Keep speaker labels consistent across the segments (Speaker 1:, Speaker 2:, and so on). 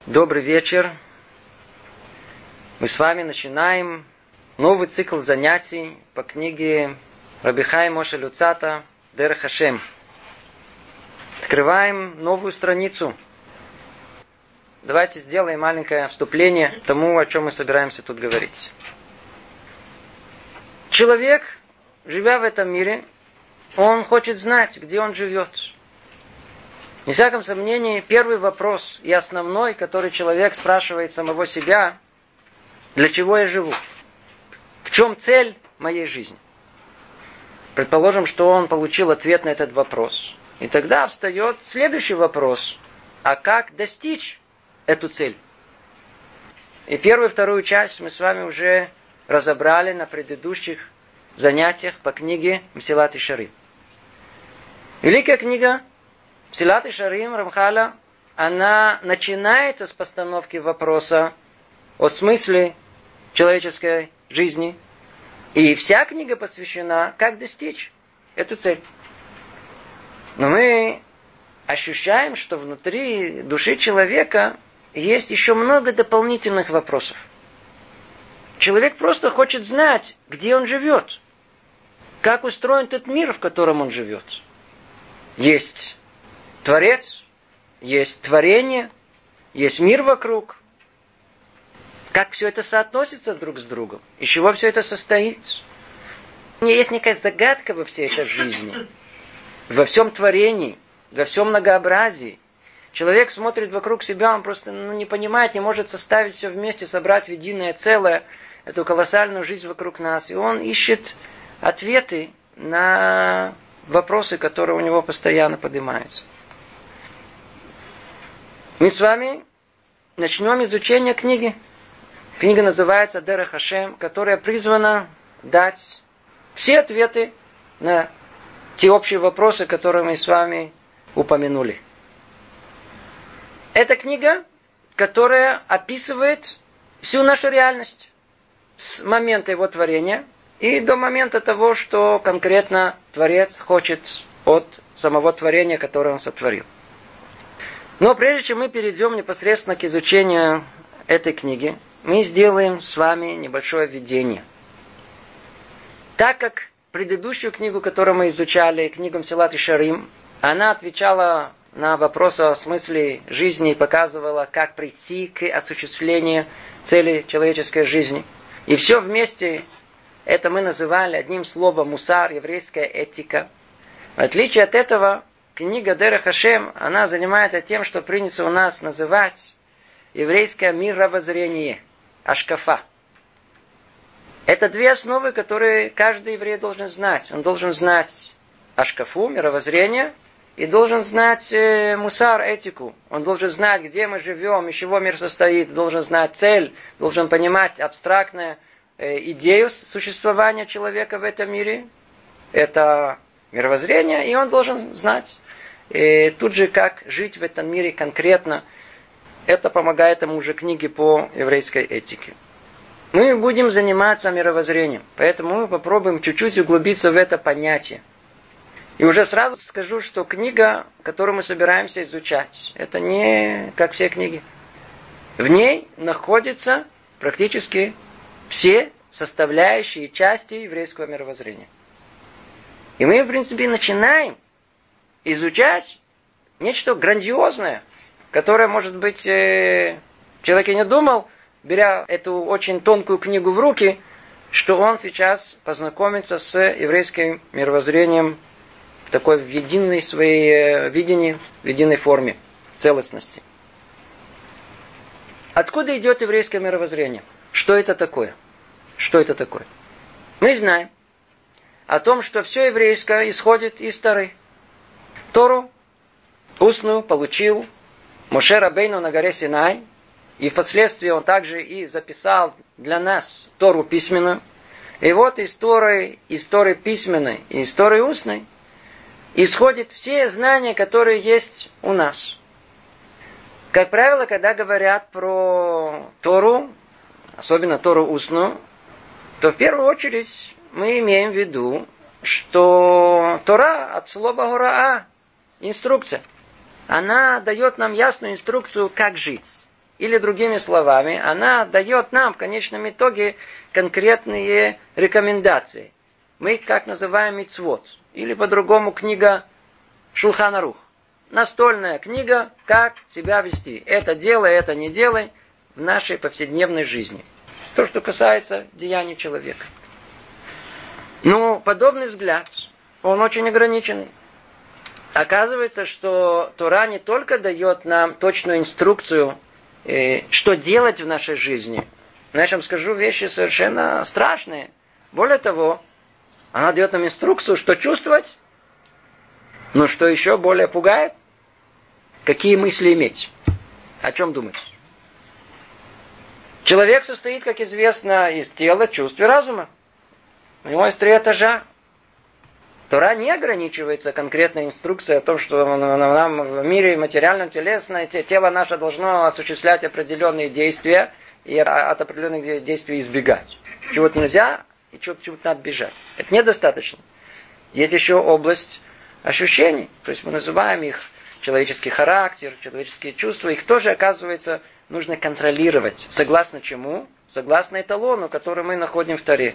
Speaker 1: Добрый вечер. Мы с вами начинаем новый цикл занятий по книге Раби Хаим Моше Люцата «Дерех Хашем». Открываем новую страницу. Давайте сделаем маленькое вступление к тому, о чем мы собираемся тут говорить. Человек, живя в этом мире, он хочет знать, где он живет. Без всяком сомнении, первый вопрос и основной, который человек спрашивает самого себя: для чего я живу? В чем цель моей жизни? Предположим, что он получил ответ на этот вопрос. И тогда встает следующий вопрос: а как достичь эту цель? И первую и вторую часть мы с вами уже разобрали на предыдущих занятиях по книге Месилат Йешарим. Великая книга Месилат Йешарим Рамхаля, она начинается с постановки вопроса о смысле человеческой жизни. И вся книга посвящена, как достичь эту цель. Но мы ощущаем, что внутри души человека есть еще много дополнительных вопросов. Человек просто хочет знать, где он живет, как устроен этот мир, в котором он живет. Есть Творец, есть творение, есть мир вокруг. Как все это соотносится друг с другом? Из чего все это состоит? Есть некая загадка во всей этой жизни, во всем творении, во всем многообразии. Человек смотрит вокруг себя, он просто не понимает, не может составить все вместе, собрать в единое целое, эту колоссальную жизнь вокруг нас. И он ищет ответы на вопросы, которые у него постоянно поднимаются. Мы с вами начнем изучение книги. Книга называется «Дерех Хашем», которая призвана дать все ответы на те общие вопросы, которые мы с вами упомянули. Это книга, которая описывает всю нашу реальность с момента его творения и до момента того, что конкретно Творец хочет от самого творения, которое он сотворил. Но прежде чем мы перейдем непосредственно к изучению этой книги, мы сделаем с вами небольшое введение. Так как предыдущую книгу, которую мы изучали, книгу Месилат Йешарим, она отвечала на вопросы о смысле жизни и показывала, как прийти к осуществлению цели человеческой жизни. И все вместе это мы называли одним словом мусар, еврейская этика. В отличие от этого, книга Дерех Хашем, она занимается тем, что принято у нас называть еврейское мировоззрение, ашкафа. Это две основы, которые каждый еврей должен знать. Он должен знать ашкафу, мировоззрение, и должен знать мусар, этику. Он должен знать, где мы живем, из чего мир состоит, должен знать цель, должен понимать абстрактную идею существования человека в этом мире. Это мировоззрение, и он должен знать тут же, как жить в этом мире конкретно. Это помогает ему уже книги по еврейской этике. Мы будем заниматься мировоззрением, поэтому мы попробуем чуть-чуть углубиться в это понятие. И уже сразу скажу, что книга, которую мы собираемся изучать, это не как все книги. В ней находятся практически все составляющие части еврейского мировоззрения. И мы, в принципе, начинаем изучать нечто грандиозное, которое, может быть, человек и не думал, беря эту очень тонкую книгу в руки, что он сейчас познакомится с еврейским мировоззрением в такой в единой своей видении, в единой форме, целостности. Откуда идет еврейское мировоззрение? Что это такое? Что это такое? Мы знаем о том, что все еврейское исходит из Торы. Тору устную получил Моше Рабейну на горе Синай, и впоследствии он также и записал для нас Тору письменную. И вот из Торы письменной и из Торы устной исходят все знания, которые есть у нас. Как правило, когда говорят про Тору, особенно Тору устную, то в первую очередь мы имеем в виду, что Тора от слова «гораа» инструкция. Она дает нам ясную инструкцию, как жить. Или другими словами, она дает нам в конечном итоге конкретные рекомендации. Мы их как называем мицвот. Или по-другому книга Шулхан Арух. Настольная книга, как себя вести. Это делай, это не делай в нашей повседневной жизни. То, что касается деяний человека. Но подобный взгляд, он очень ограниченный. Оказывается, что Тора не только дает нам точную инструкцию, что делать в нашей жизни. Но я вам скажу вещи совершенно страшные. Более того, она дает нам инструкцию, что чувствовать. Но что еще более пугает? Какие мысли иметь? О чем думать? Человек состоит, как известно, из тела, чувств и разума. У него есть 3 этажа. Тора не ограничивается конкретной инструкцией о том, что нам в мире материальном, телесном, тело наше должно осуществлять определенные действия и от определенных действий избегать. Чего-то нельзя и чего-то надо бежать. Это недостаточно. Есть еще область ощущений. То есть мы называем их человеческий характер, человеческие чувства. Их тоже, оказывается, нужно контролировать. Согласно чему? Согласно эталону, который мы находим в Торе.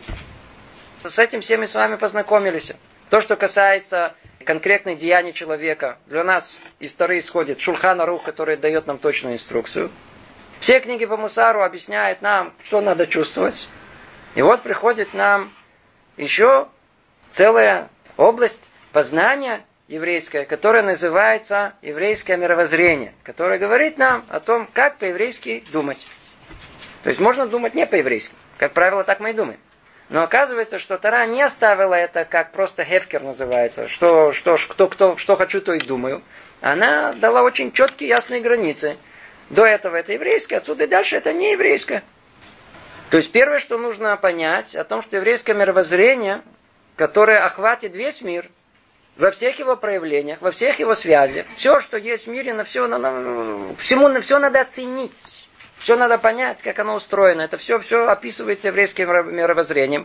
Speaker 1: С этим все мы с вами познакомились. То, что касается конкретных деяний человека, для нас из Торы исходит Шулхан Арух, который дает нам точную инструкцию. Все книги по Мусару объясняют нам, что надо чувствовать. И вот приходит нам еще целая область познания еврейская, которая называется еврейское мировоззрение, которое говорит нам о том, как по-еврейски думать. То есть можно думать не по-еврейски. Как правило, так мы и думаем. Но оказывается, что Тора не оставила это как просто хефкер называется, что хочу, то и думаю. Она дала очень четкие, ясные границы. До этого это еврейское, отсюда и дальше это не еврейское. То есть первое, что нужно понять, о том, что еврейское мировоззрение, которое охватит весь мир, во всех его проявлениях, во всех его связях, все, что есть в мире, на все надо оценить. Все надо понять, как оно устроено. Это все описывается еврейским мировоззрением.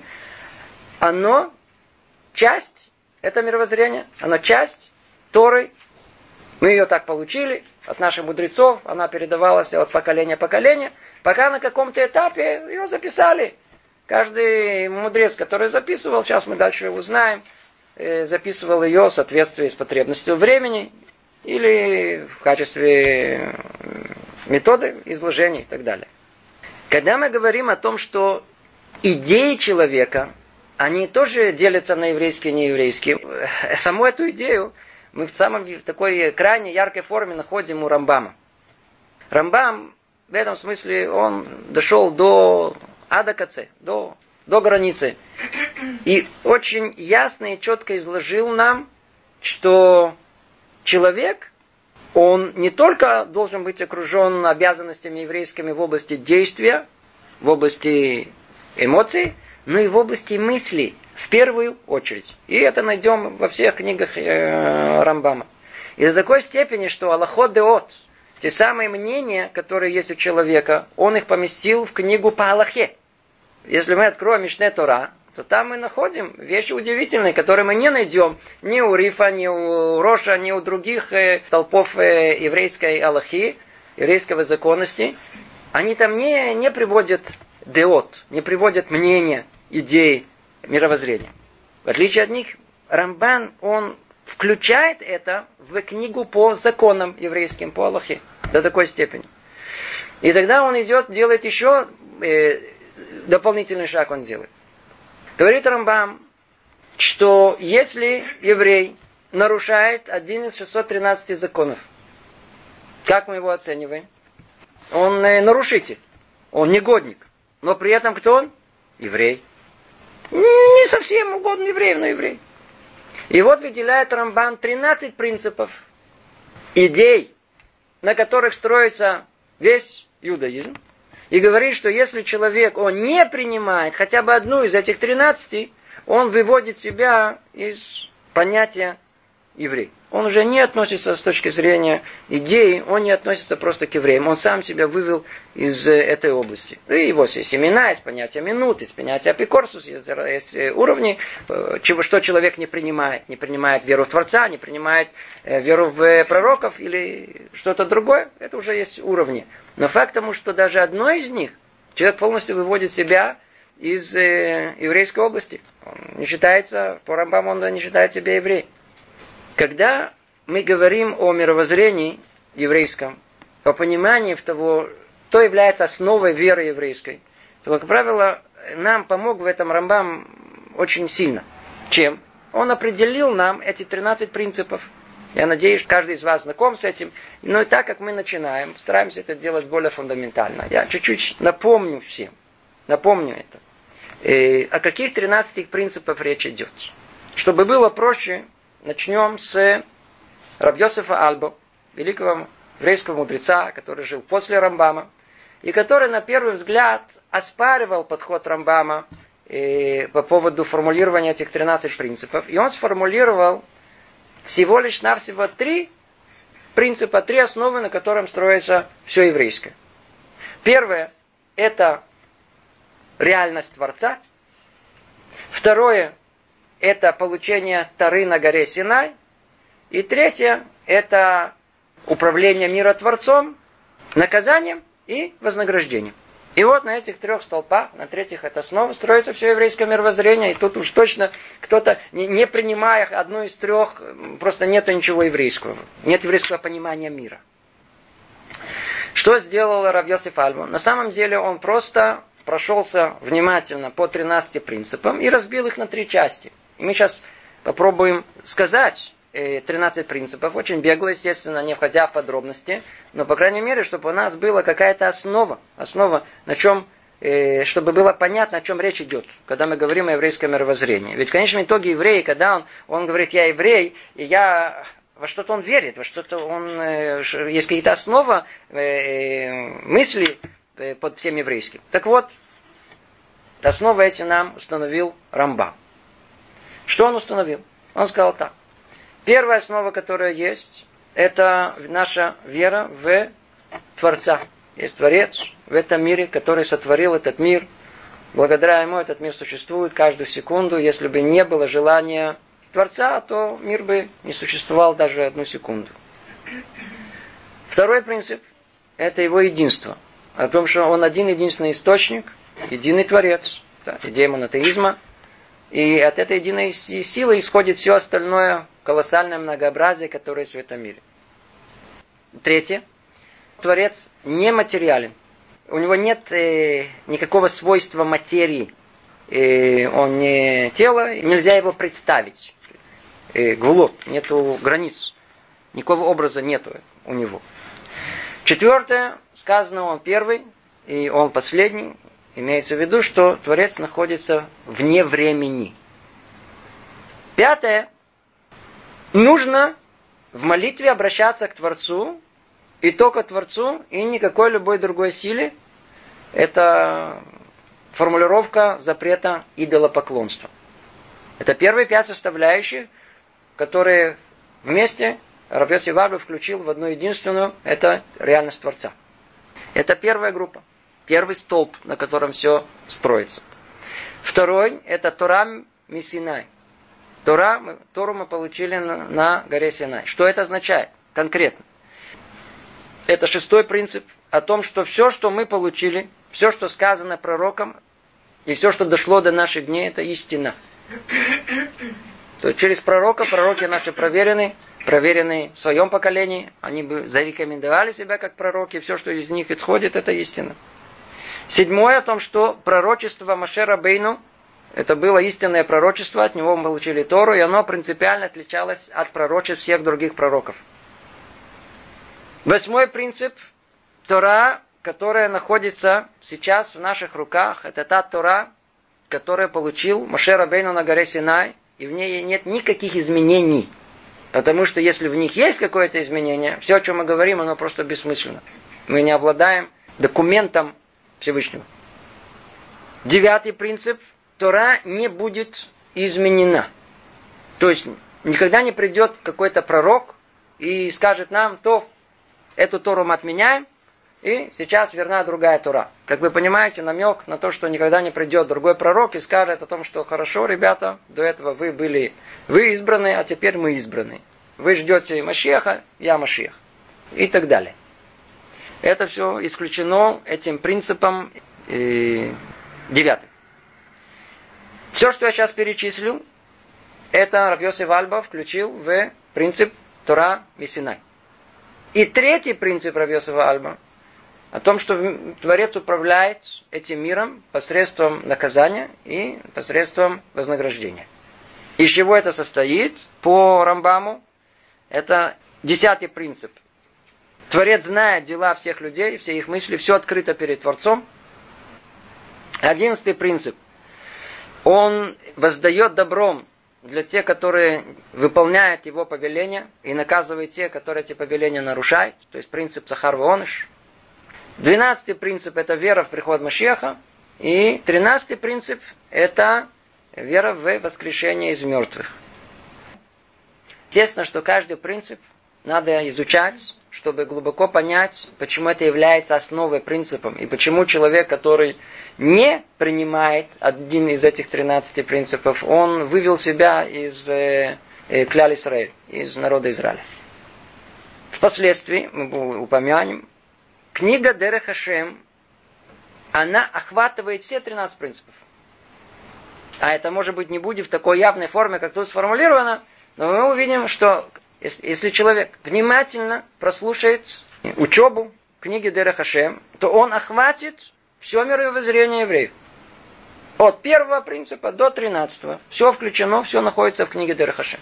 Speaker 1: Оно часть, это мировоззрение, оно часть Торы. Мы ее так получили от наших мудрецов. Она передавалась от поколения в поколение. Пока на каком-то этапе ее записали. Каждый мудрец, который записывал, сейчас мы дальше узнаем, записывал ее в соответствии с потребностью времени или в качестве методы изложения и так далее. Когда мы говорим о том, что идеи человека, они тоже делятся на еврейские и нееврейские, саму эту идею мы в такой крайне яркой форме находим у Рамбама. Рамбам в этом смысле он дошел до Адакаце, до границы. И очень ясно и четко изложил нам, что человек, он не только должен быть окружен обязанностями еврейскими в области действия, в области эмоций, но и в области мысли, в первую очередь. И это найдем во всех книгах Рамбама. И до такой степени, что алахот деот, те самые мнения, которые есть у человека, он их поместил в книгу по Аллахе. Если мы откроем Мишне Тора, то там мы находим вещи удивительные, которые мы не найдем ни у Рифа, ни у Роша, ни у других толпов еврейской Аллахи, еврейской законности. Они там не приводят деот, не приводят мнения, идей, мировоззрения. В отличие от них, Рамбан, он включает это в книгу по законам еврейским, по Аллахе, до такой степени. И тогда он делает еще дополнительный шаг он делает. Говорит Рамбам, что если еврей нарушает один из 613 законов, как мы его оцениваем? Он нарушитель, он негодник. Но при этом кто он? Еврей. Не совсем угодный еврей, но еврей. И вот выделяет Рамбам 13 принципов, идей, на которых строится весь иудаизм. И говорит, что если человек, он не принимает хотя бы одну из этих 13, он выводит себя из понятия еврей. он уже не относится с точки зрения идеи, он не относится просто к евреям. Он сам себя вывел из этой области. И его есть имена, есть понятие минут, есть понятие апикорсус, есть уровни, что человек не принимает. Не принимает веру в Творца, не принимает веру в пророков или что-то другое. Это уже есть уровни. Но факт тому, что даже одно из них, человек полностью выводит себя из еврейской области. Он не считается, по Рамбаму он не считает себя евреем. Когда мы говорим о мировоззрении еврейском, по пониманию того, что является основой веры еврейской, то, как правило, нам помог в этом Рамбам очень сильно. Чем? Он определил нам эти 13 принципов. Я надеюсь, каждый из вас знаком с этим. Но и так как мы начинаем, стараемся это делать более фундаментально. Я чуть-чуть напомню всем. Напомню это. О каких 13 принципах речь идет? Чтобы было проще, начнем с Рав Йосефа Альбо, великого еврейского мудреца, который жил после Рамбама, и который на первый взгляд оспаривал подход Рамбама по поводу формулирования этих 13 принципов. И он сформулировал всего лишь навсего 3 принципа, 3 основы, на которых строится все еврейское. Первое – это реальность Творца. Второе – это получение Торы на горе Синай. И третье – это управление миротворцом, наказанием и вознаграждением. И вот на этих 3 столпах, на третьих это основа, строится все еврейское мировоззрение. И тут уж точно кто-то, не принимая одну из 3, просто нет ничего еврейского. Нет еврейского понимания мира. Что сделал Рав Йосеф Альбо? На самом деле он просто прошелся внимательно по 13 принципам и разбил их на 3 части. И мы сейчас попробуем сказать 13 принципов, очень бегло, естественно, не входя в подробности, но, по крайней мере, чтобы у нас была какая-то основа, на чем, чтобы было понятно, о чем речь идет, когда мы говорим о еврейском мировоззрении. Ведь в конечном итоге еврей, когда он говорит, я еврей, и во что-то он верит, во что-то есть какие-то основы, мысли под всем еврейским. Так вот, основы эти нам установил Рамбам. Что он установил? Он сказал так. Первая основа, которая есть, это наша вера в Творца. Есть Творец в этом мире, который сотворил этот мир. Благодаря ему этот мир существует каждую секунду. Если бы не было желания Творца, то мир бы не существовал даже 1 секунду. Второй принцип – это его единство. О том, что он один единственный источник, единый Творец, идея монотеизма. И от этой единой силы исходит все остальное колоссальное многообразие, которое есть в этом мире. Третье. Творец нематериален. У него нет никакого свойства материи. Он не тело, нельзя его представить. Гвулот, нету границ. Никакого образа нету у него. Четвертое. Сказано, он первый, и он последний. Имеется в виду, что Творец находится вне времени. Пятое. Нужно в молитве обращаться к Творцу, и только к Творцу, и никакой любой другой силе. Это формулировка запрета идолопоклонства. Это первые 5 составляющих, которые вместе Рав Йосеф Альбо включил в одну единственную, это реальность Творца. Это первая группа. Первый столб, на котором все строится. Второй, это Тора Мисинай. Тору мы получили на горе Синай. Что это означает конкретно? Это 6-й принцип о том, что все, что мы получили, все, что сказано пророком, и все, что дошло до наших дней, это истина. То есть через пророки наши проверенные в своем поколении, они бы зарекомендовали себя как пророки, все, что из них исходит, это истина. 7-й о том, что пророчество Моше Рабейну, это было истинное пророчество, от него мы получили Тору, и оно принципиально отличалось от пророчеств всех других пророков. 8-й принцип, Тора, которая находится сейчас в наших руках, это та Тора, которую получил Моше Рабейну на горе Синай, и в ней нет никаких изменений. Потому что если в них есть какое-то изменение, все, о чем мы говорим, оно просто бессмысленно. Мы не обладаем документом Всевышнего. 9-й принцип. Тора не будет изменена. То есть Никогда не придет какой-то пророк и скажет нам, то эту Тору мы отменяем, и сейчас верна другая Тора. Как вы понимаете, намек на то, что никогда не придет другой пророк и скажет о том, что хорошо, ребята, до этого вы избраны, а теперь мы избраны. Вы ждете Машиаха, я Машиах. И так далее. Это все исключено этим принципом 9. Все, что я сейчас перечислил, это Рав Йосеф Альба включил в принцип Тора Мисинай. И третий принцип Рав Йосефа Альба о том, что Творец управляет этим миром посредством наказания и посредством вознаграждения. Из чего это состоит? По Рамбаму это 10 принцип. Творец знает дела всех людей, все их мысли, все открыто перед Творцом. 11 принцип. Он воздает добром для тех, которые выполняют его повеления, и наказывает тех, которые эти повеления нарушают. То есть принцип Сахар ве-Оныш. 12 принцип это вера в приход Машиаха. И 13 принцип это вера в воскрешение из мертвых. Естественно, что каждый принцип надо изучать, чтобы глубоко понять, почему это является основой принципом, и почему человек, который не принимает один из этих 13 принципов, он вывел себя из Кляль Исраэль, из народа Израиля. Впоследствии мы упомянем, книга Дерех Хашем, она охватывает все 13 принципов. А это, может быть, не будет в такой явной форме, как тут сформулировано, но мы увидим, что если человек внимательно прослушает учебу книги Дерех Хашем, то он охватит все мировоззрение евреев. От первого принципа до 13. Все включено, все находится в книге Дерех Хашем.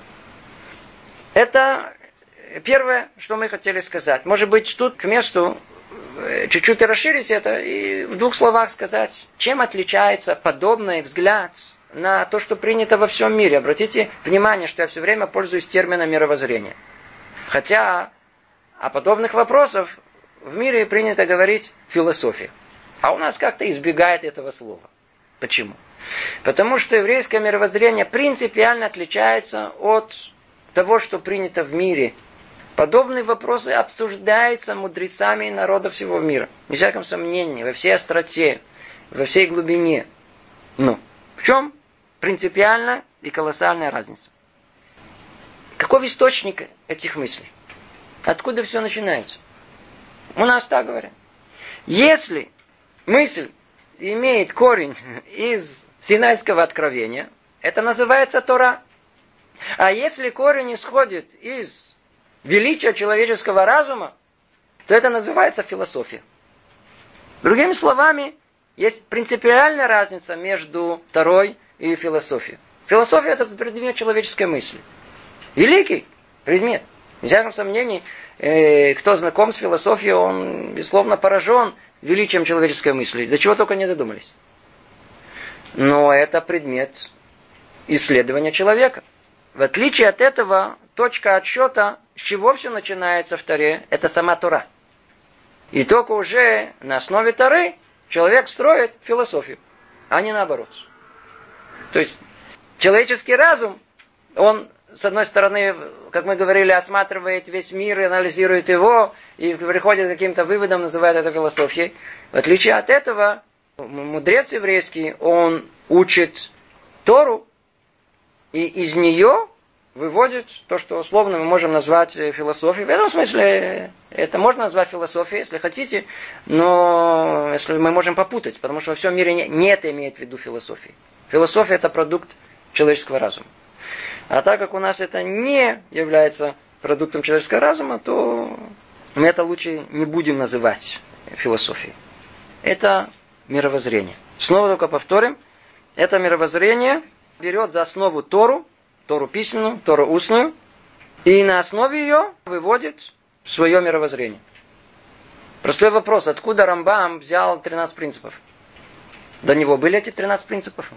Speaker 1: Это первое, что мы хотели сказать. Может быть, тут к месту чуть-чуть расширить это и в 2 словах сказать, чем отличается подобный взгляд на то, что принято во всем мире. Обратите внимание, что я все время пользуюсь термином мировоззрения. Хотя о подобных вопросах в мире принято говорить философия. А у нас как-то избегает этого слова. Почему? Потому что еврейское мировоззрение принципиально отличается от того, что принято в мире. Подобные вопросы обсуждаются мудрецами народов всего мира. Без всяком сомнении, во всей остроте, во всей глубине. Но в чем принципиальная и колоссальная разница? Каков источник этих мыслей? Откуда все начинается? У нас так говорят. Если мысль имеет корень из Синайского откровения, это называется Тора. А если корень исходит из величия человеческого разума, то это называется философия. Другими словами, есть принципиальная разница между Торой и философией. Философия – это предмет человеческой мысли. Великий предмет. Без всякого сомнения, кто знаком с философией, он, безусловно, поражен величием человеческой мысли. До чего только не додумались. Но это предмет исследования человека. В отличие от этого, точка отсчета, с чего все начинается в Торе, это сама Тора. И только уже на основе Торы человек строит философию, а не наоборот. То есть человеческий разум, он, с одной стороны, как мы говорили, осматривает весь мир, анализирует его, и приходит к каким-то выводам, называет это философией. В отличие от этого, мудрец еврейский, он учит Тору, и из нее выводит то, что условно мы можем назвать философией. В этом смысле это можно назвать философией, если хотите, но если мы можем попутать, потому что во всем мире не это имеет в виду философия. Философия – это продукт человеческого разума. А так как у нас это не является продуктом человеческого разума, то мы это лучше не будем называть философией. Это мировоззрение. Снова только повторим. Это мировоззрение берет за основу Тору письменную, Тору устную, и на основе ее выводит свое мировоззрение. Простой вопрос, откуда Рамбам взял 13 принципов? До него были эти 13 принципов?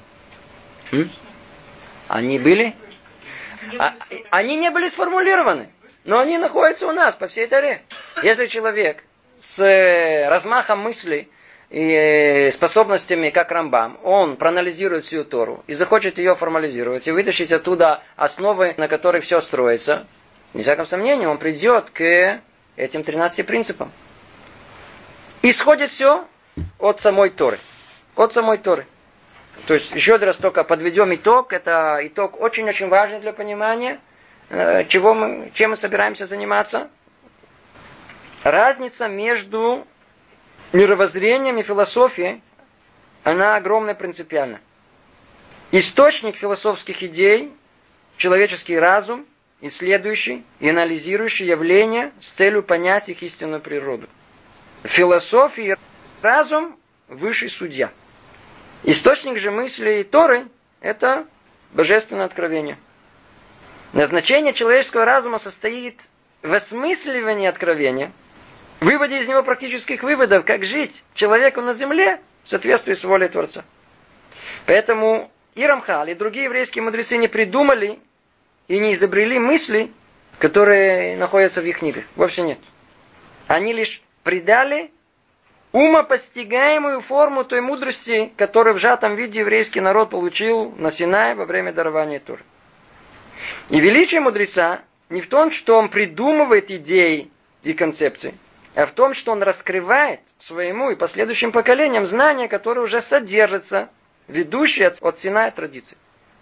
Speaker 1: Они были? Они не были сформулированы, но они находятся у нас по всей Торе. Если человек с размахом мысли и способностями, как Рамбам, он проанализирует всю Тору и захочет ее формализировать и вытащить оттуда основы, на которых все строится, не всяком сомнении, он придет к этим 13 принципам. Исходит все от самой Торы. От самой Торы. То есть, еще раз только подведем итог. Это итог очень-очень важный для понимания, чем мы собираемся заниматься. Разница между мировоззрением и философией, она огромная принципиальна. Источник философских идей – человеческий разум, исследующий и анализирующий явления с целью понять их истинную природу. В философии разум – высший судья. Источник же мысли Торы – это божественное откровение. Назначение человеческого разума состоит в осмысливании откровения, выводе из него практических выводов, как жить человеку на земле в соответствии с волей Творца. Поэтому и Рамхаль, и другие еврейские мудрецы не придумали и не изобрели мысли, которые находятся в их книгах. Вовсе нет. Они лишь придали умопостигаемую форму той мудрости, которую в сжатом виде еврейский народ получил на Синае во время дарования Торы. И величие мудреца не в том, что он придумывает идеи и концепции, а в том, что он раскрывает своему и последующим поколениям знания, которые уже содержатся, ведущие от Синая традиции.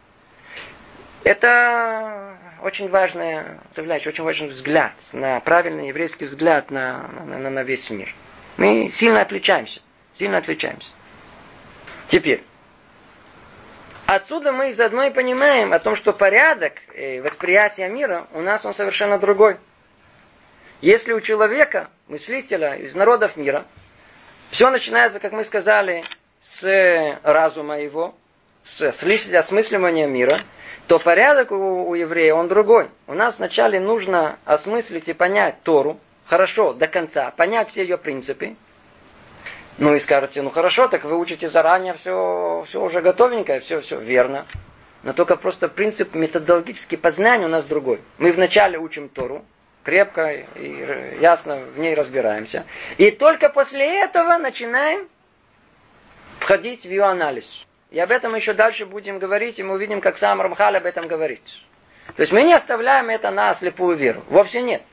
Speaker 1: Это очень важная составляющая, очень важный взгляд, на правильный еврейский взгляд на весь мир. Мы сильно отличаемся. Теперь, отсюда мы заодно и понимаем о том, что порядок восприятия мира у нас он совершенно другой. Если у человека, мыслителя из народов мира, все начинается, как мы сказали, с разума его, с осмысливания мира, то порядок у еврея он другой. У нас вначале нужно осмыслить и понять Тору, хорошо, до конца, понять все ее принципы. Ну и скажете, хорошо, так вы учите заранее, все уже готовенькое, все верно. Но только просто принцип методологический познания у нас другой. Мы вначале учим Тору, крепко и ясно в ней разбираемся. И только после этого начинаем входить в ее анализ. И об этом мы еще дальше будем говорить, и мы увидим, как сам Рамхаль об этом говорит. То есть мы не оставляем это на слепую веру. Вовсе нет.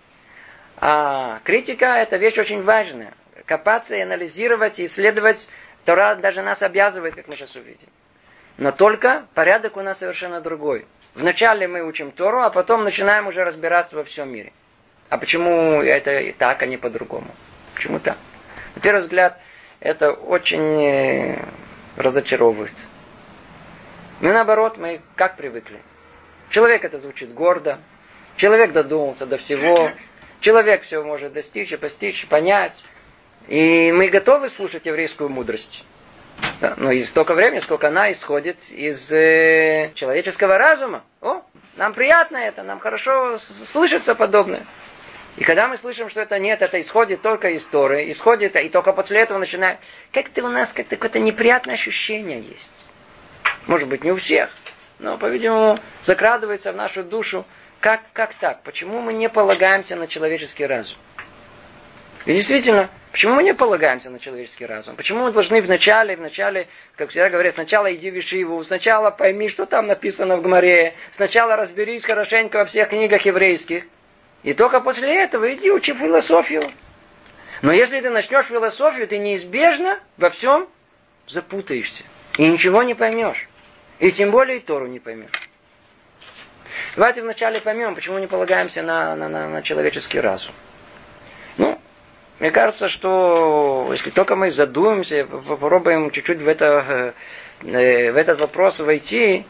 Speaker 1: А критика – это вещь очень важная. Копаться и анализировать, и исследовать Тора даже нас обязывает, как мы сейчас увидим. Но только порядок у нас совершенно другой. Вначале мы учим Тору, а потом начинаем уже разбираться во всем мире. А почему это так, а не по-другому? Почему так? На первый взгляд, это очень разочаровывает. Мы наоборот, мы как привыкли. Человек это звучит гордо. Человек додумался до всего. Человек все может достичь и постичь, понять. И мы готовы слушать еврейскую мудрость. Да, но и столько времени, сколько она исходит из человеческого разума. Нам приятно это, нам хорошо слышится подобное. И когда мы слышим, что это нет, это исходит только из Торы, исходит, и только после этого начинаем... Как-то у нас какое-то неприятное ощущение есть. Может быть, не у всех, но, по-видимому, закрадывается в нашу душу. Как так? Почему мы не полагаемся на человеческий разум? И действительно, почему мы не полагаемся на человеческий разум? Почему мы должны вначале, как всегда говорят, сначала иди в Ешиву, сначала пойми, что там написано в Гмаре, сначала разберись хорошенько во всех книгах еврейских, и только после этого иди учи философию. Но если ты начнешь философию, ты неизбежно во всем запутаешься. И ничего не поймешь. И тем более и Тору не поймешь. Давайте вначале поймем, почему не полагаемся на человеческий разум. Мне кажется, что если только мы задумаемся, попробуем чуть-чуть в этот вопрос войти,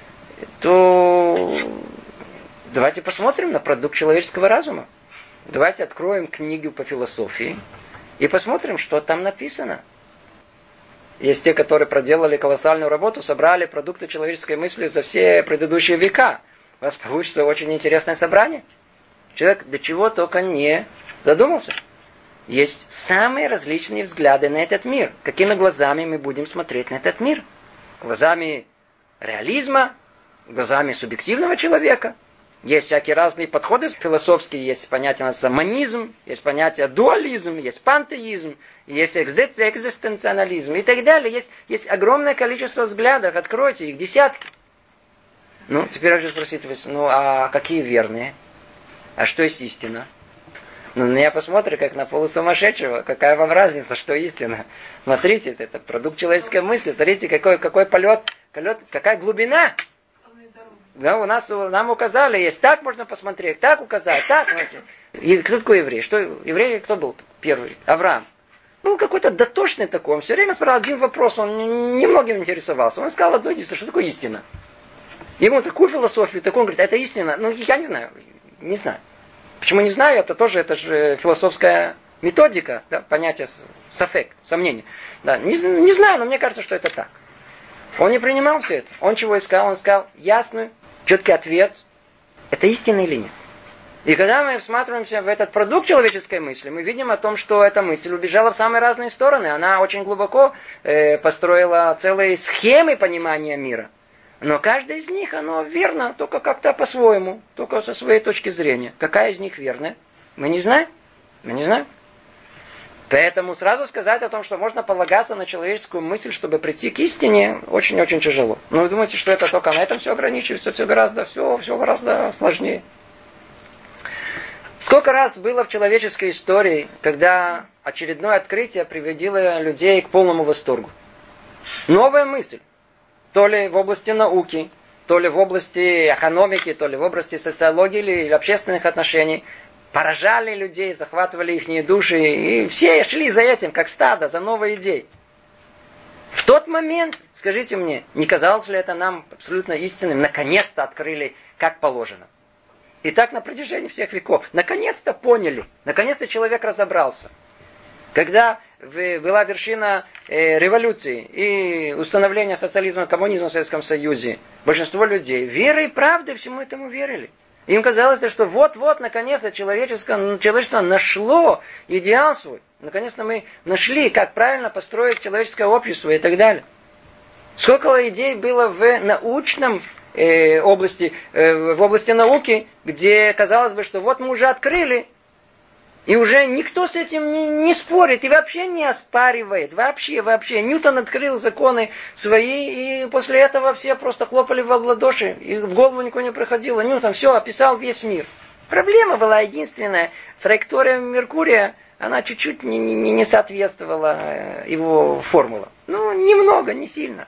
Speaker 1: то давайте посмотрим на продукт человеческого разума. Давайте откроем книгу по философии и посмотрим, что там написано. Есть те, которые проделали колоссальную работу, собрали продукты человеческой мысли за все предыдущие века. У вас получится очень интересное собрание. Человек до чего только не додумался. Есть самые различные взгляды на этот мир. Какими глазами мы будем смотреть на этот мир? Глазами реализма, глазами субъективного человека, Есть всякие разные подходы философские, есть понятие монизм, есть понятие дуализм, есть пантеизм, есть экзистенциализм и так далее. Есть огромное количество взглядов, откройте их, десятки. Ну, теперь я хочу спросить вас, а какие верные? А что есть истина? На меня посмотри, как на полусумасшедшего. Какая вам разница, что истина? Смотрите, это продукт человеческой мысли. Смотрите, какой полет, какая глубина. Да, нам указали, есть так можно посмотреть, так указать, так. И кто такой еврей? Еврей кто был первый? Авраам. Был какой-то дотошный такой. Он все время спрашивал один вопрос, он немногим интересовался. Он сказал одно единственное, что такое истина. Ему такую философию, такую, он говорит, это истина. Я не знаю. Почему не знаю, это же философская методика, да, понятие сафек, сомнение. Да, не знаю, но мне кажется, что это так. Он не принимал все это. Он чего искал? Он искал ясный, четкий ответ. Это истина или нет? И когда мы всматриваемся в этот продукт человеческой мысли, мы видим о том, что эта мысль убежала в самые разные стороны. Она очень глубоко построила целые схемы понимания мира. Но каждая из них, оно верно, только как-то по-своему, только со своей точки зрения. Какая из них верная? Мы не знаем. Поэтому сразу сказать о том, что можно полагаться на человеческую мысль, чтобы прийти к истине, очень-очень тяжело. Но вы думаете, что это только на этом все ограничивается, все гораздо сложнее. Сколько раз было в человеческой истории, когда очередное открытие приводило людей к полному восторгу. Новая мысль. То ли в области науки, то ли в области экономики, то ли в области социологии или общественных отношений. Поражали людей, захватывали их души. И все шли за этим, как стадо, за новой идеей. В тот момент, скажите мне, не казалось ли это нам абсолютно истинным? Наконец-то открыли, как положено. И так на протяжении всех веков. Наконец-то поняли. Наконец-то человек разобрался. Когда была вершина революции и установления социализма и коммунизма в Советском Союзе, большинство людей верой и правдой всему этому верили. Им казалось, что вот-вот, наконец-то человечество нашло идеал свой. Наконец-то мы нашли, как правильно построить человеческое общество и так далее. Сколько идей было в научном области, в области науки, где казалось бы, что вот мы уже открыли, и уже никто с этим не спорит и вообще не оспаривает. Вообще. Ньютон открыл законы свои, и после этого все просто хлопали в ладоши. И в голову никого не приходило. Ньютон все описал весь мир. Проблема была единственная. Траектория Меркурия, она чуть-чуть не соответствовала его формулам. Немного, не сильно.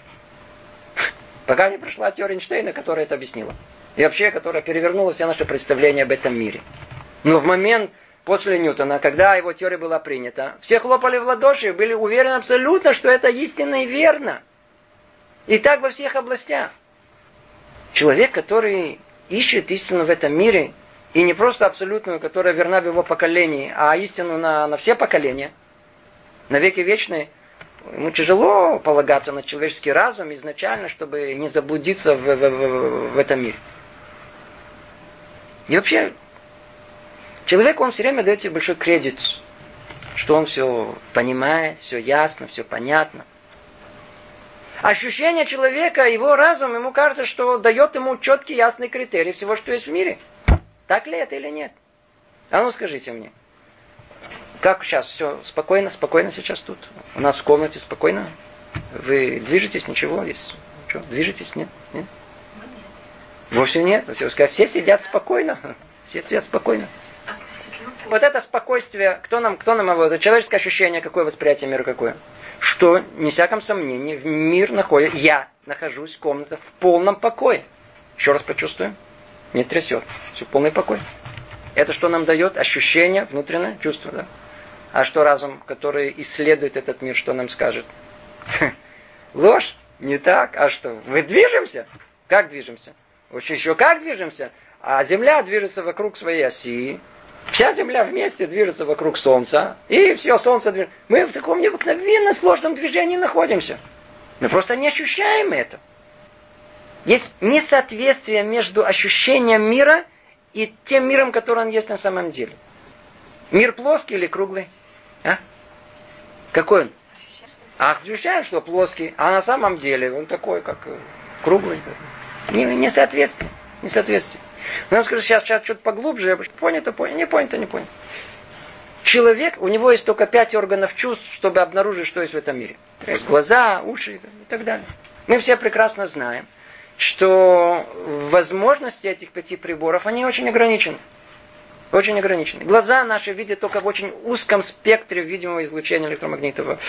Speaker 1: Пока не пришла теория Эйнштейна, которая это объяснила. И вообще, которая перевернула все наши представления об этом мире. Но в момент после Ньютона, когда его теория была принята, все хлопали в ладоши и были уверены абсолютно, что это истинно и верно. И так во всех областях. Человек, который ищет истину в этом мире, и не просто абсолютную, которая верна в его поколении, а истину на все поколения, на веки вечные, ему тяжело полагаться на человеческий разум изначально, чтобы не заблудиться в этом мире. И вообще, человеку он все время дает себе большой кредит, что он все понимает, все ясно, все понятно. Ощущение человека, его разум, ему кажется, что дает ему четкий, ясный критерий всего, что есть в мире. Так ли это или нет? А ну скажите мне. Как сейчас? Все спокойно сейчас тут? У нас в комнате спокойно? Вы движетесь? Ничего? Есть? Что? Движетесь? Нет? Вовсе нет. Все сидят спокойно. Все сидят спокойно. Вот это спокойствие, кто нам его, человеческое ощущение, какое восприятие мира какое? Что, не всяком сомнении, в мир находится, я нахожусь в комнате в полном покое. Еще раз почувствуем. Не трясет. Все полный покой. Это что нам дает? Ощущение, внутреннее чувство, да? А что разум, который исследует этот мир, что нам скажет? Ложь? Не так. А что? Мы движемся? Как движемся? Еще как движемся? А Земля движется вокруг своей оси. Вся Земля вместе движется вокруг Солнца. И все, Солнце движется. Мы в таком необыкновенно сложном движении находимся. Мы просто не ощущаем это. Есть несоответствие между ощущением мира и тем миром, который он есть на самом деле. Мир плоский или круглый? А? Какой он? Ощущаем, что плоский, а на самом деле он такой, как круглый. Несоответствие. Но я скажу сейчас что-то поглубже, понято, не понято, не понято. Человек, у него есть только 5 органов чувств, чтобы обнаружить, что есть в этом мире. Есть глаза, уши и так далее. Мы все прекрасно знаем, что возможности этих 5 приборов, они очень ограничены. Очень ограничены. Глаза наши видят только в очень узком спектре видимого излучения электромагнитного.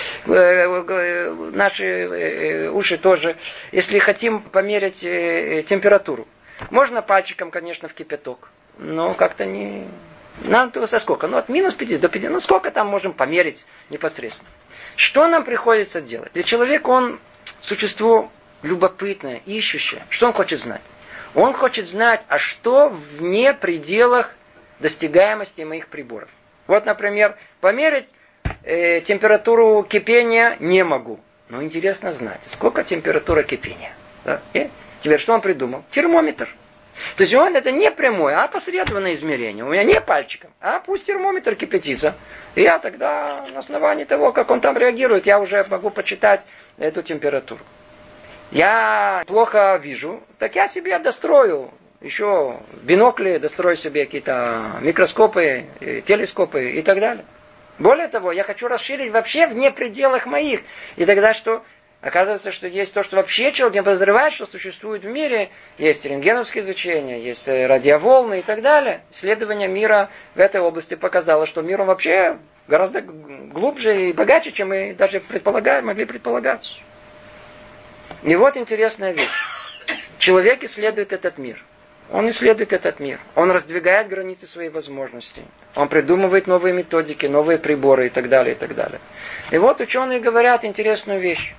Speaker 1: Наши уши тоже. Если хотим померить температуру, можно пальчиком, конечно, в кипяток, но как-то не... Нам со сколько? От минус 50 до 50. Сколько там можем померить непосредственно? Что нам приходится делать? Ведь человек, он существо любопытное, ищущее. Что он хочет знать? Он хочет знать, а что вне пределах достигаемости моих приборов. Вот, например, померить температуру кипения не могу. Но интересно знать, сколько температура кипения. Да? И теперь что он придумал? Термометр. То есть он это не прямое, а посредственное измерение. У меня не пальчиком, а пусть термометр кипятится. И я тогда на основании того, как он там реагирует, я уже могу почитать эту температуру. Я плохо вижу, так я себе дострою. Еще бинокли, дострою себе какие-то микроскопы, телескопы и так далее. Более того, я хочу расширить вообще вне пределах моих. И тогда что? Оказывается, что есть то, что вообще человек не подозревает, что существует в мире. Есть рентгеновское изучение, есть радиоволны и так далее. Исследование мира в этой области показало, что мир вообще гораздо глубже и богаче, чем мы даже могли предполагать. И вот интересная вещь. Человек исследует этот мир. Он исследует этот мир. Он раздвигает границы своих возможностей. Он придумывает новые методики, новые приборы и так далее, и так далее. И вот ученые говорят интересную вещь.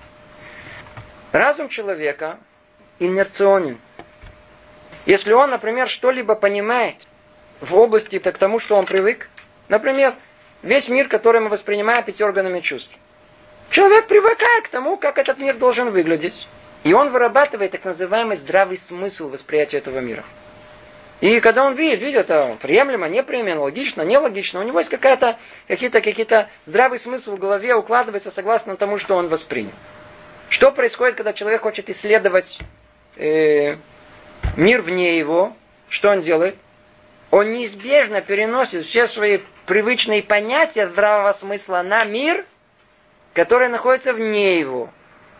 Speaker 1: Разум человека инерционен. Если он, например, что-либо понимает в области к тому, что он привык, например, весь мир, который мы воспринимаем 5 органами чувств. Человек привыкает к тому, как этот мир должен выглядеть. И он вырабатывает так называемый здравый смысл восприятия этого мира. И когда он видит, это приемлемо, неприемлемо, логично, нелогично, у него есть какие-то здравый смысл в голове укладывается согласно тому, что он воспринял. Что происходит, когда человек хочет исследовать мир вне его? Что он делает? Он неизбежно переносит все свои привычные понятия здравого смысла на мир, который находится вне его.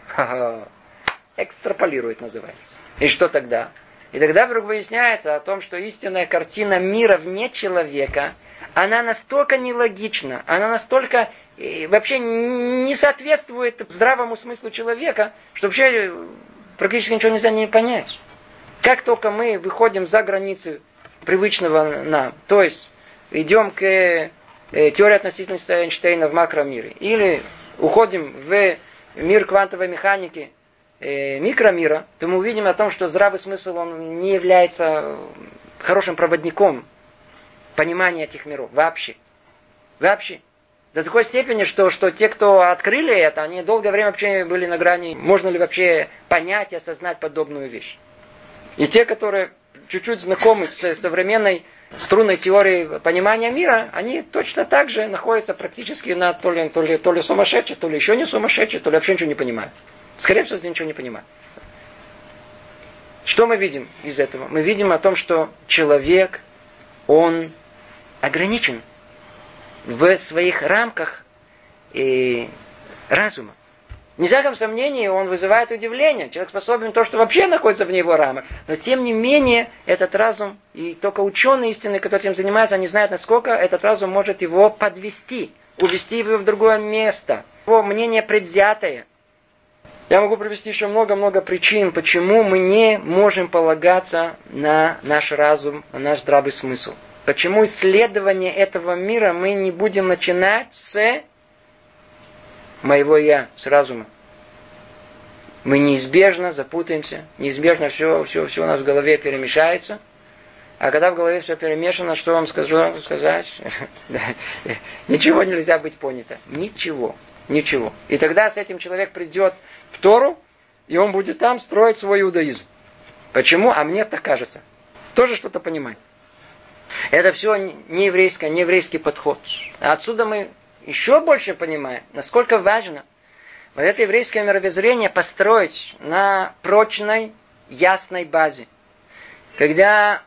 Speaker 1: Экстраполирует, называется. И что тогда? И тогда вдруг выясняется о том, что истинная картина мира вне человека, она настолько нелогична, она настолько вообще не соответствует здравому смыслу человека, что вообще практически ничего нельзя не понять. Как только мы выходим за границы привычного нам, то есть идем к теории относительности Эйнштейна в макромире, или уходим в мир квантовой механики, микромира, то мы увидим о том, что здравый смысл он не является хорошим проводником понимания этих миров. Вообще. До такой степени, что те, кто открыли это, они долгое время вообще были на грани, можно ли вообще понять и осознать подобную вещь. И те, которые чуть-чуть знакомы с современной струнной теорией понимания мира, они точно так же находятся практически на то ли сумасшедшие, то ли еще не сумасшедшие, то ли вообще ничего не понимают. Скорее всего, ничего не понимают. Что мы видим из этого? Мы видим о том, что человек, он ограничен в своих рамках разума. Ни всяком сомнении, он вызывает удивление. Человек способен то, что вообще находится вне его рамок. Но тем не менее, этот разум, и только ученые истины, которые этим занимаются, они знают, насколько этот разум может его подвести, увести его в другое место. Его мнение предвзятое. Я могу привести еще много-много причин, почему мы не можем полагаться на наш разум, на наш здравый смысл. Почему исследование этого мира мы не будем начинать с моего «я», с разума. Мы неизбежно запутаемся, неизбежно все у нас в голове перемешается. А когда в голове все перемешано, что вам сказать? Ничего нельзя быть понято. Ничего. И тогда с этим человек придет в Тору, и он будет там строить свой иудаизм. Почему? А мне так кажется. Тоже что-то понимает. Это все не еврейский подход. А отсюда мы еще больше понимаем, насколько важно вот это еврейское мировоззрение построить на прочной, ясной базе. Когда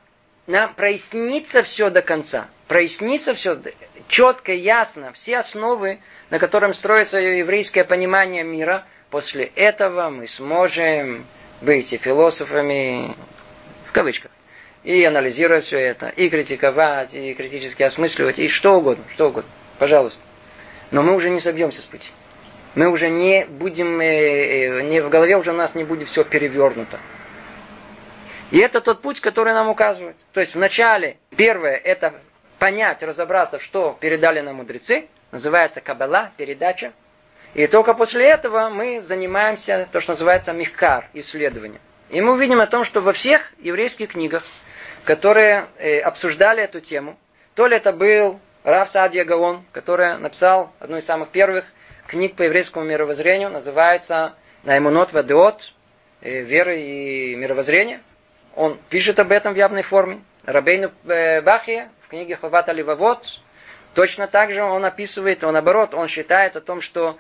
Speaker 1: нам прояснится все до конца. Прояснится все четко, ясно. Все основы, на котором строится еврейское понимание мира. После этого мы сможем быть и философами, в кавычках, и анализировать все это, и критиковать, и критически осмысливать, и что угодно, пожалуйста. Но мы уже не собьемся с пути. Мы уже не будем, не в голове уже у нас не будет все перевернуто. И это тот путь, который нам указывает. То есть вначале, первое, это понять, разобраться, что передали нам мудрецы, называется каббала, передача. И только после этого мы занимаемся то, что называется михкар, исследование. И мы увидим о том, что во всех еврейских книгах, которые обсуждали эту тему, то ли это был Рав Саадья Гаон, который написал одну из самых первых книг по еврейскому мировоззрению, называется «Наимунот вадеот», «Вера и мировоззрение». Он пишет об этом в явной форме. Рабейну Бахия в книге «Хават Аливавот» точно так же он описывает, он наоборот, он считает о том, что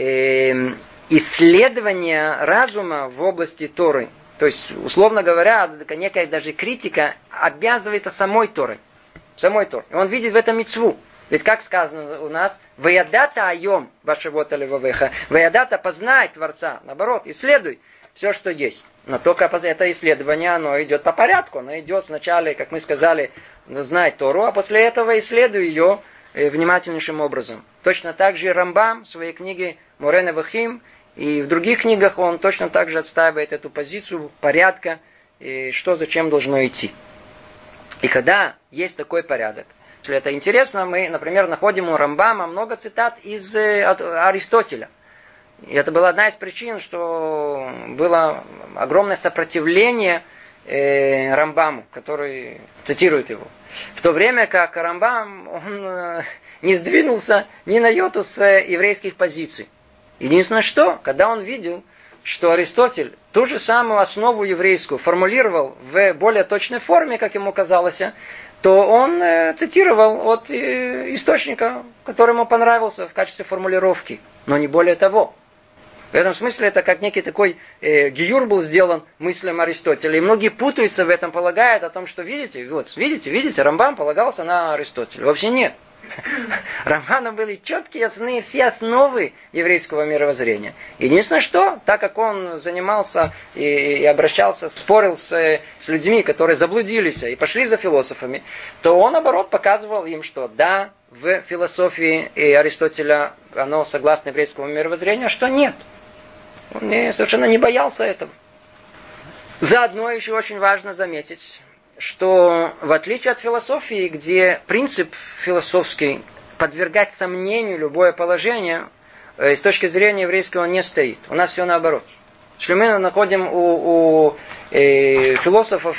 Speaker 1: исследование разума в области Торы, то есть, условно говоря, некая даже критика обязывается самой Торой. Самой Торой. И он видит в этом мицву. Ведь как сказано у нас, «Ваядата айом вашевота левавеха», «Ваядата познай Творца», наоборот, исследуй все, что есть. Но только это исследование, оно идет по порядку. Оно идет вначале, как мы сказали, знай Тору, а после этого исследуй ее внимательнейшим образом. Точно так же и Рамбам в своей книге Море Невахим и в других книгах он точно так же отстаивает эту позицию порядка, и что зачем должно идти. И когда есть такой порядок, если это интересно, мы, например, находим у Рамбама много цитат из Аристотеля. И это была одна из причин, что было огромное сопротивление Рамбаму, который цитирует его. В то время как Рамбам, он не сдвинулся ни на йоту с еврейских позиций. Единственное что, когда он видел, что Аристотель ту же самую основу еврейскую формулировал в более точной форме, как ему казалось, то он цитировал от источника, который ему понравился в качестве формулировки. Но не более того. В этом смысле это как некий такой гиюр был сделан мыслям Аристотеля. И многие путаются в этом, полагают о том, что видите, Рамбам полагался на Аристотеля. Вообще нет. Рамбану были четкие, ясные все основы еврейского мировоззрения. Единственное что, так как он занимался и обращался, спорил с людьми, которые заблудились и пошли за философами, то он, наоборот, показывал им, что да, в философии Аристотеля оно согласно еврейскому мировоззрению, а что нет. Он совершенно не боялся этого. Заодно еще очень важно заметить, что в отличие от философии, где принцип философский подвергать сомнению любое положение, с точки зрения еврейского не стоит. У нас все наоборот. Если мы находим у философов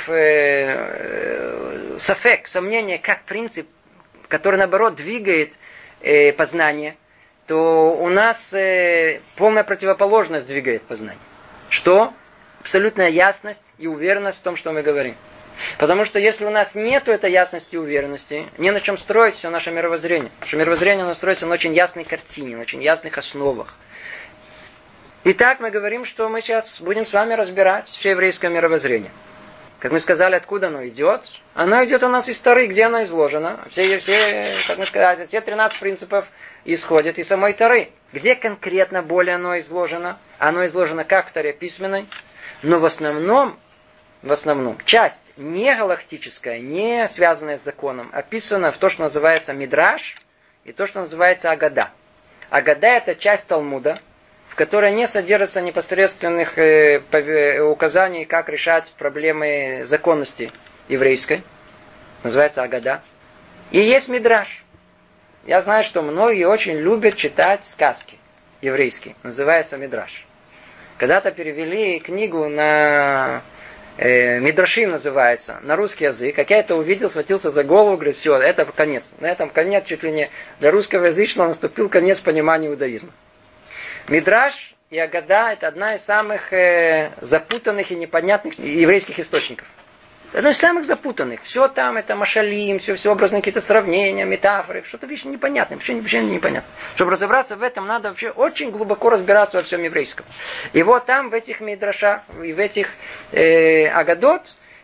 Speaker 1: сафек, сомнение как принцип, который наоборот двигает познание, то у нас полная противоположность двигает познание. Что? Абсолютная ясность и уверенность в том, что мы говорим. Потому что если у нас нет этой ясности и уверенности, не на чем строить все наше мировоззрение. Наше мировоззрение оно строится на очень ясной картине, на очень ясных основах. Итак, мы говорим, что мы сейчас будем с вами разбирать все еврейское мировоззрение. Как мы сказали, откуда оно идет? Оно идет у нас из Торы, где оно изложено. Все, как мы сказали, все 13 принципов исходят из самой Торы. Где конкретно более оно изложено? Оно изложено как в Торе письменной, но в основном, часть не галактическая, не связанная с законом, описана в то, что называется Мидраш, и то, что называется Агада. Агада – это часть Талмуда, в которой не содержится непосредственных указаний, как решать проблемы законности еврейской. Называется Агада. И есть Мидраш. Я знаю, что многие очень любят читать сказки еврейские. Называется Мидраш. Когда-то перевели книгу на Мидрашим называется, на русский язык. Как я это увидел, схватился за голову, говорит, все, это конец. На этом конец чуть ли не для русскоязычного наступил конец понимания иудаизма. Мидраш и Агада – это одна из самых запутанных и непонятных еврейских источников. Одно из самых запутанных. Все там это машалим, все образные какие-то сравнения, метафоры, что-то вещи непонятное, вообще непонятно. Чтобы разобраться в этом, надо вообще очень глубоко разбираться во всем еврейском. И вот там, в этих мидрашах, и в этих агадот,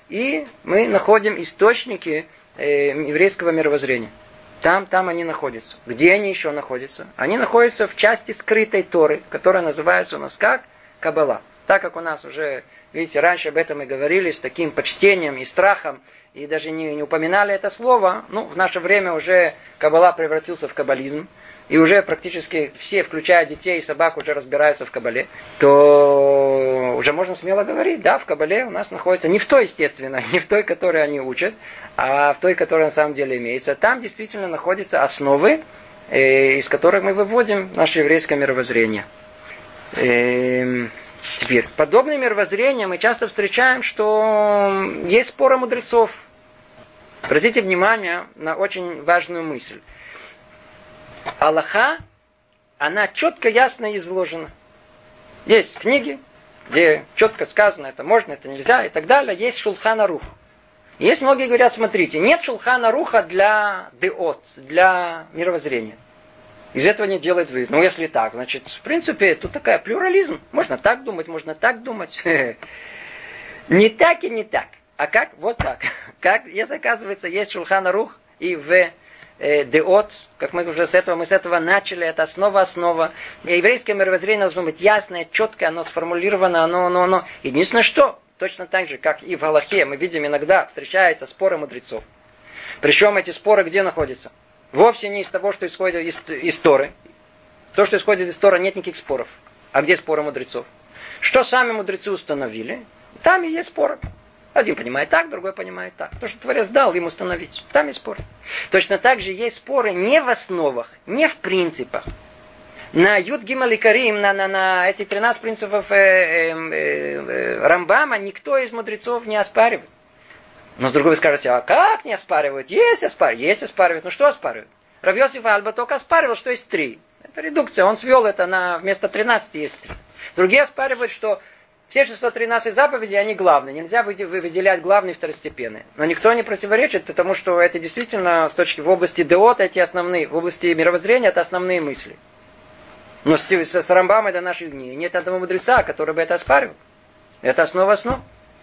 Speaker 1: и мы находим источники еврейского мировоззрения. Там они находятся. Где они еще находятся? Они находятся в части скрытой Торы, которая называется у нас как Каббала. Так как у нас уже, видите, раньше об этом мы говорили с таким почтением и страхом, и даже не упоминали это слово, в наше время уже Каббала превратился в каббализм, и уже практически все, включая детей и собак, уже разбираются в Каббале, то уже можно смело говорить, да, в Каббале у нас находится не в той, естественно, не в той, которой они учат, а в той, которая на самом деле имеется. Там действительно находятся основы, из которых мы выводим наше еврейское мировоззрение. Теперь, подобное мировоззрение мы часто встречаем, что есть споры мудрецов. Обратите внимание на очень важную мысль. Аллаха, она четко, ясно изложена. Есть книги, где четко сказано, это можно, это нельзя и так далее. Есть Шулхан Арух. Есть многие говорят, смотрите, нет Шулхан Аруха для деот, для мировоззрения. Из этого не делает вывод. Если так, значит, в принципе, тут такая плюрализм. Можно так думать, можно так думать. Не так и не так. А как? Вот так. Как, если оказывается, есть Шулхан Арух и в деот, как мы уже с этого начали, это основа. Еврейское мировоззрение должно быть ясное, четкое, оно сформулировано, оно. Единственное, что, точно так же, как и в Галахе, мы видим иногда встречаются споры мудрецов. Причем эти споры где находятся? Вовсе не из того, что исходит из Торы. То, что исходит из Торы, нет никаких споров. А где споры мудрецов? Что сами мудрецы установили, там и есть споры. Один понимает так, другой понимает так. То, что Творец дал им установить, там есть споры. Точно так же есть споры не в основах, не в принципах. На Юд Гимел и Карим, на эти 13 принципов Рамбама никто из мудрецов не оспаривает. Но с другой вы скажете, а как не оспаривают? Есть оспаривают. Ну что оспаривают? Рав Йосиф Альба только оспаривал, что есть 3. Это редукция. Он свел это вместо 13 есть 3. Другие оспаривают, что все 613 заповедей, они главные. Нельзя выделять главные и второстепенные. Но никто не противоречит, потому что это действительно в области деот, эти основные, в области мировоззрения, это основные мысли. Но с Рамбамой до наших дней нет одного мудреца, который бы это оспаривал. Это основа основ.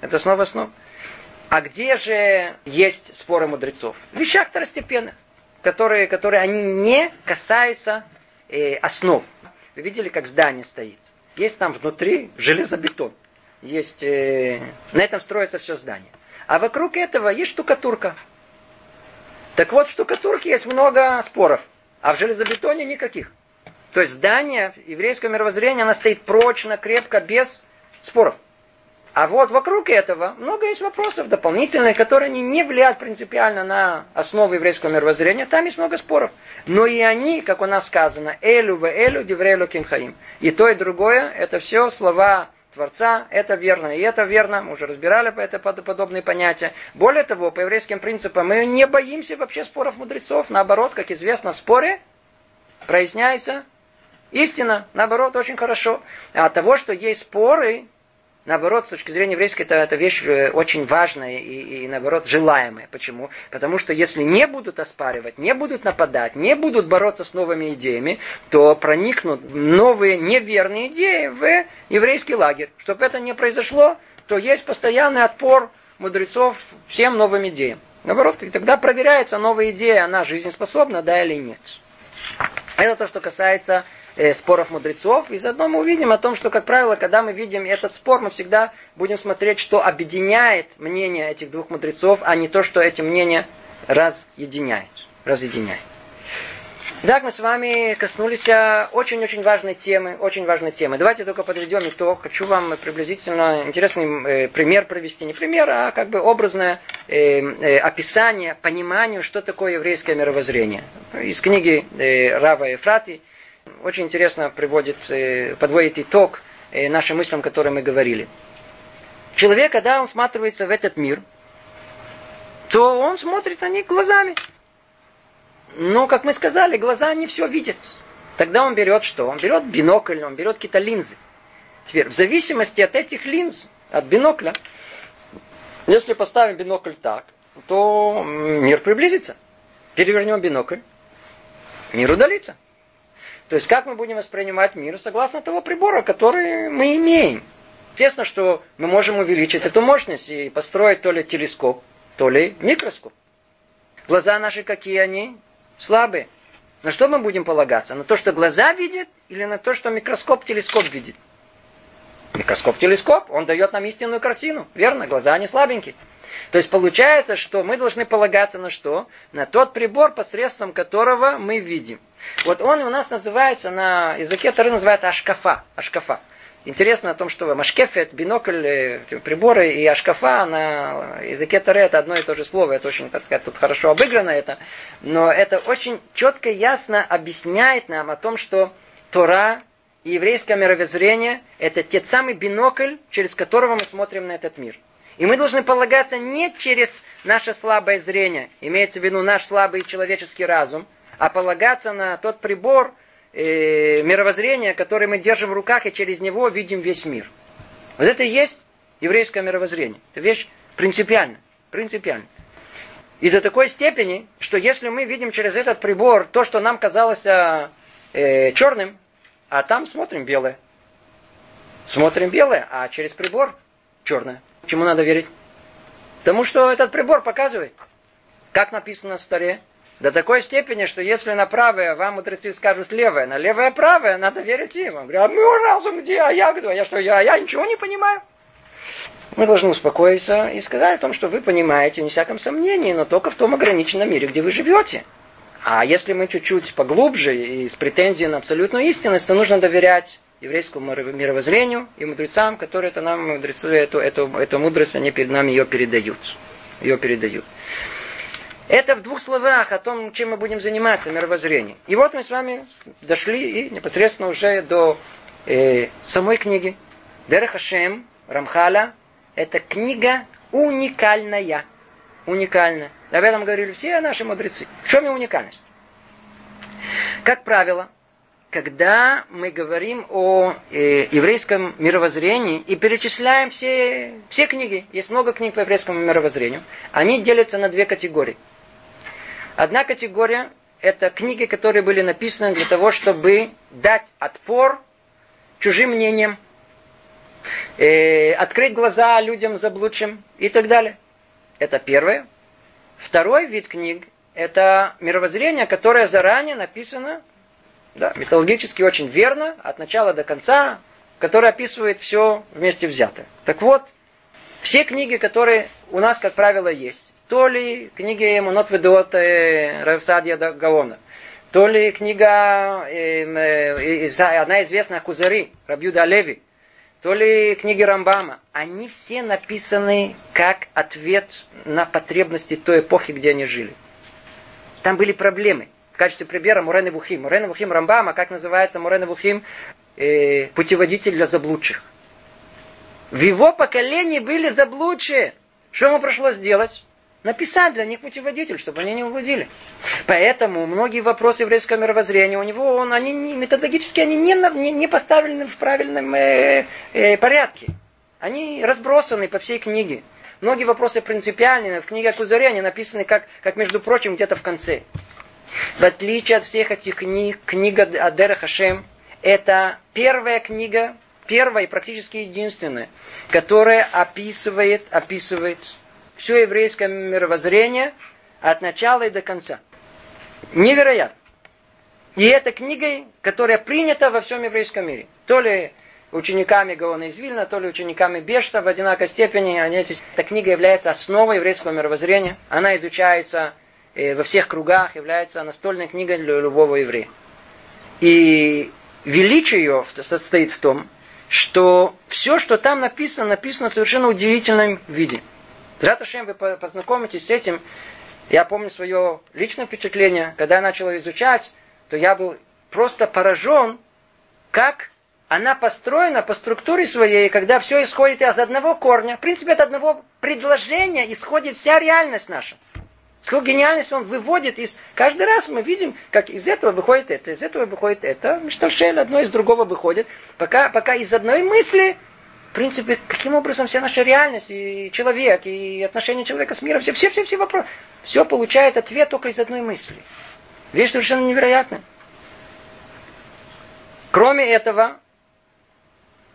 Speaker 1: А где же есть споры мудрецов? В вещах второстепенных, которые они не касаются основ. Вы видели, как здание стоит? Есть там внутри железобетон. Есть, на этом строится все здание. А вокруг этого есть штукатурка. Так вот, в штукатурке есть много споров, а в железобетоне никаких. То есть здание еврейского мировоззрения, оно стоит прочно, крепко, без споров. А вот вокруг этого много есть вопросов дополнительных, которые не влияют принципиально на основу еврейского мировоззрения. Там есть много споров. Но и они, как у нас сказано, элю ве элю диврей элоким хаим. И то, и другое, это все слова Творца, это верно, и это верно. Мы уже разбирали подобные понятия. Более того, по еврейским принципам мы не боимся вообще споров мудрецов. Наоборот, как известно, в споре проясняется истина. Наоборот, очень хорошо. А от того, что есть споры, наоборот, с точки зрения еврейской, это вещь очень важная и, наоборот, желаемая. Почему? Потому что если не будут оспаривать, не будут нападать, не будут бороться с новыми идеями, то проникнут новые неверные идеи в еврейский лагерь. Чтобы это не произошло, то есть постоянный отпор мудрецов всем новым идеям. Наоборот, тогда проверяется новая идея, она жизнеспособна, да или нет. Это то, что касается споров мудрецов. И заодно мы увидим о том, что, как правило, когда мы видим этот спор, мы всегда будем смотреть, что объединяет мнение этих двух мудрецов, а не то, что эти мнения разъединяет. Итак, мы с вами коснулись очень-очень важной темы. Давайте только подведем итог. Хочу вам приблизительно интересный пример привести. Не пример, а как бы образное описание, пониманию, что такое еврейское мировоззрение. Из книги Рава Ефрати очень интересно подводит итог нашим мыслям, о которых мы говорили. Человек, когда он всматривается в этот мир, то он смотрит на них глазами. Но, как мы сказали, глаза не все видят. Тогда он берет что? Он берет бинокль, он берет какие-то линзы. Теперь, в зависимости от этих линз, от бинокля, если поставим бинокль так, то мир приблизится. Перевернем бинокль, мир удалится. То есть, как мы будем воспринимать мир согласно того прибора, который мы имеем. Естественно, что мы можем увеличить эту мощность и построить то ли телескоп, то ли микроскоп. Глаза наши какие они? Слабые. На что мы будем полагаться? На то, что глаза видят, или на то, что микроскоп, телескоп видит? Микроскоп, телескоп, он дает нам истинную картину. Верно, глаза они слабенькие. То есть получается, что мы должны полагаться на что? На тот прибор, посредством которого мы видим. Вот он у нас называется, на языке Торы называется ашкафа. Ашкафа. Интересно о том, что машкефет, бинокль, приборы и ашкафа на языке Торы это одно и то же слово. Это очень, так сказать, тут хорошо обыграно это. Но это очень четко и ясно объясняет нам о том, что Тора и еврейское мировоззрение это тот самый бинокль, через которого мы смотрим на этот мир. И мы должны полагаться не через наше слабое зрение, имеется в виду наш слабый человеческий разум, а полагаться на тот прибор мировоззрения, который мы держим в руках и через него видим весь мир. Вот это и есть еврейское мировоззрение. Это вещь принципиальная. Принципиальная. И до такой степени, что если мы видим через этот прибор то, что нам казалось черным, а там смотрим белое. Смотрим белое, а через прибор черное. Чему надо верить? Потому что этот прибор показывает, как написано в Торе, до такой степени, что если на правое вам мудрецы скажут левое, на левое правое, надо верить им. Он говорит, а мой разум где? А я где? Я ничего не понимаю. Мы должны успокоиться и сказать о том, что вы понимаете, не всяком сомнении, но только в том ограниченном мире, где вы живете. А если мы чуть-чуть поглубже и с претензией на абсолютную истинность, то нужно доверять еврейскому мировоззрению и мудрецам, которые это нам, мудрецы, эту мудрость, они перед нами ее передают. Это в двух словах о том, чем мы будем заниматься, мировоззрение. И вот мы с вами дошли и непосредственно уже до самой книги. Дерех Ашем, Рамхаля, это книга уникальная. Уникальная. Об этом говорили все наши мудрецы. В чем ее уникальность? Как правило, когда мы говорим о еврейском мировоззрении и перечисляем все книги, есть много книг по еврейскому мировоззрению, они делятся на две категории. Одна категория – это книги, которые были написаны для того, чтобы дать отпор чужим мнениям, открыть глаза людям заблудшим и так далее. Это первое. Второй вид книг – это мировоззрение, которое заранее написано методологически очень верно, от начала до конца, которое описывает все вместе взятое. Так вот, все книги, которые у нас, как правило, есть, то ли книги Эмунот Ведот Рав Саадья Гаона, то ли книга, одна известная Кузари, Рав Юда Алеви, то ли книги Рамбама, они все написаны как ответ на потребности той эпохи, где они жили. Там были проблемы. В качестве примера Море Невухим. Море Невухим Рамбама, как называется Море Невухим? Путеводитель для заблудших. В его поколении были заблудшие. Что ему пришлось сделать? Написать для них путеводитель, чтобы они не уводили. Поэтому многие вопросы еврейского мировоззрения у него, они методологически не поставлены в правильном порядке. Они разбросаны по всей книге. Многие вопросы принципиальные. В книге Кузари они написаны, как между прочим, где-то в конце. В отличие от всех этих книг, книга Дерех Ашем – это первая книга, первая и практически единственная, которая описывает все еврейское мировоззрение от начала и до конца. Невероятно. И это книга, которая принята во всем еврейском мире. То ли учениками Гаона из Вильна, то ли учениками Бешта в одинаковой степени. Эта книга является основой еврейского мировоззрения. Она изучается во всех кругах, является настольной книгой для любого еврея. И величие ее состоит в том, что все, что там написано в совершенно удивительном виде. Рат Ашем, вы познакомитесь с этим. Я помню свое личное впечатление, когда я начал изучать, то я был просто поражен, как она построена по структуре своей, когда все исходит из одного корня. В принципе, от одного предложения исходит вся реальность наша. Сколько гениальности он выводит из... Каждый раз мы видим, как из этого выходит это, из этого выходит это. Миштальшель, одно из другого выходит. Пока из одной мысли, в принципе, каким образом вся наша реальность, и человек, и отношения человека с миром, все вопросы. Все получает ответ только из одной мысли. Вещь совершенно невероятная. Кроме этого,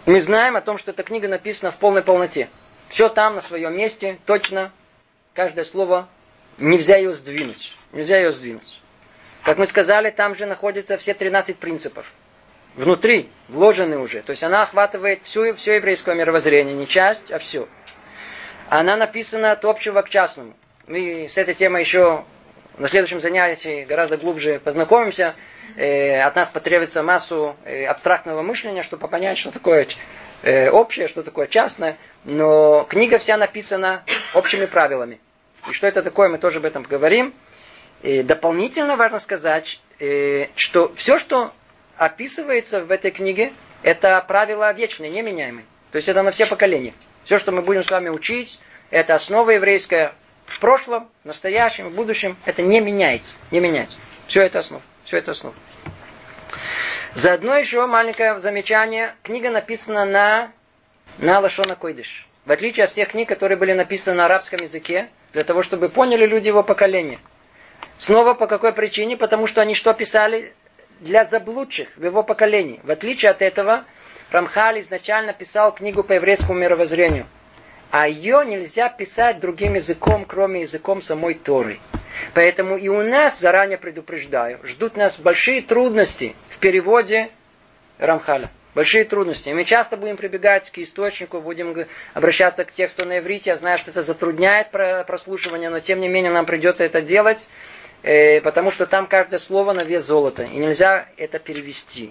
Speaker 1: Мы знаем о том, что эта книга написана в полной полноте. Все там на своем месте, точно. Каждое слово, нельзя ее сдвинуть. Нельзя ее сдвинуть. Как мы сказали, там же находятся все 13 принципов. Внутри, вложены уже. То есть она охватывает все еврейское мировоззрение. Не часть, а все. Она написана от общего к частному. Мы с этой темой еще на следующем занятии гораздо глубже познакомимся. От нас потребуется массу абстрактного мышления, чтобы понять, что такое общее, что такое частное. Но книга вся написана общими правилами. И что это такое, мы тоже об этом поговорим. И дополнительно важно сказать, что все, что описывается в этой книге, это правила вечные, неменяемые. То есть это на все поколения. Все, что мы будем с вами учить, это основа еврейская в прошлом, в настоящем, в будущем. Это не меняется. Не меняется. Все это основа. Все это основа. Заодно еще маленькое замечание. Книга написана на лашон койдыш. В отличие от всех книг, которые были написаны на арабском языке, для того, чтобы поняли люди его поколения. Снова по какой причине? Потому что они что писали? Для заблудших в его поколении. В отличие от этого, Рамхаль изначально писал книгу по еврейскому мировоззрению. А ее нельзя писать другим языком, кроме языком самой Торы. Поэтому и у нас, заранее предупреждаю, ждут нас большие трудности в переводе Рамхаля. Большие трудности. И мы часто будем прибегать к источнику, будем обращаться к тексту на иврите. Я знаю, что это затрудняет прослушивание, но тем не менее нам придется это делать, потому что там каждое слово на вес золота. И нельзя это перевести.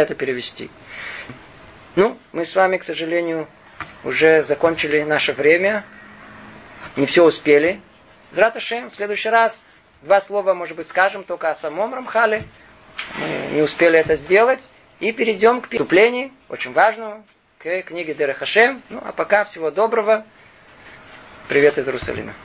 Speaker 1: Мы с вами, к сожалению, уже закончили наше время. Не все успели. Зрат Ашем, в следующий раз 2 слова, может быть, скажем только о самом Рамхале. Мы не успели это сделать. И перейдем к вступлению, очень важному, к книге Дерех Ашем. А пока всего доброго. Привет из Иерусалима.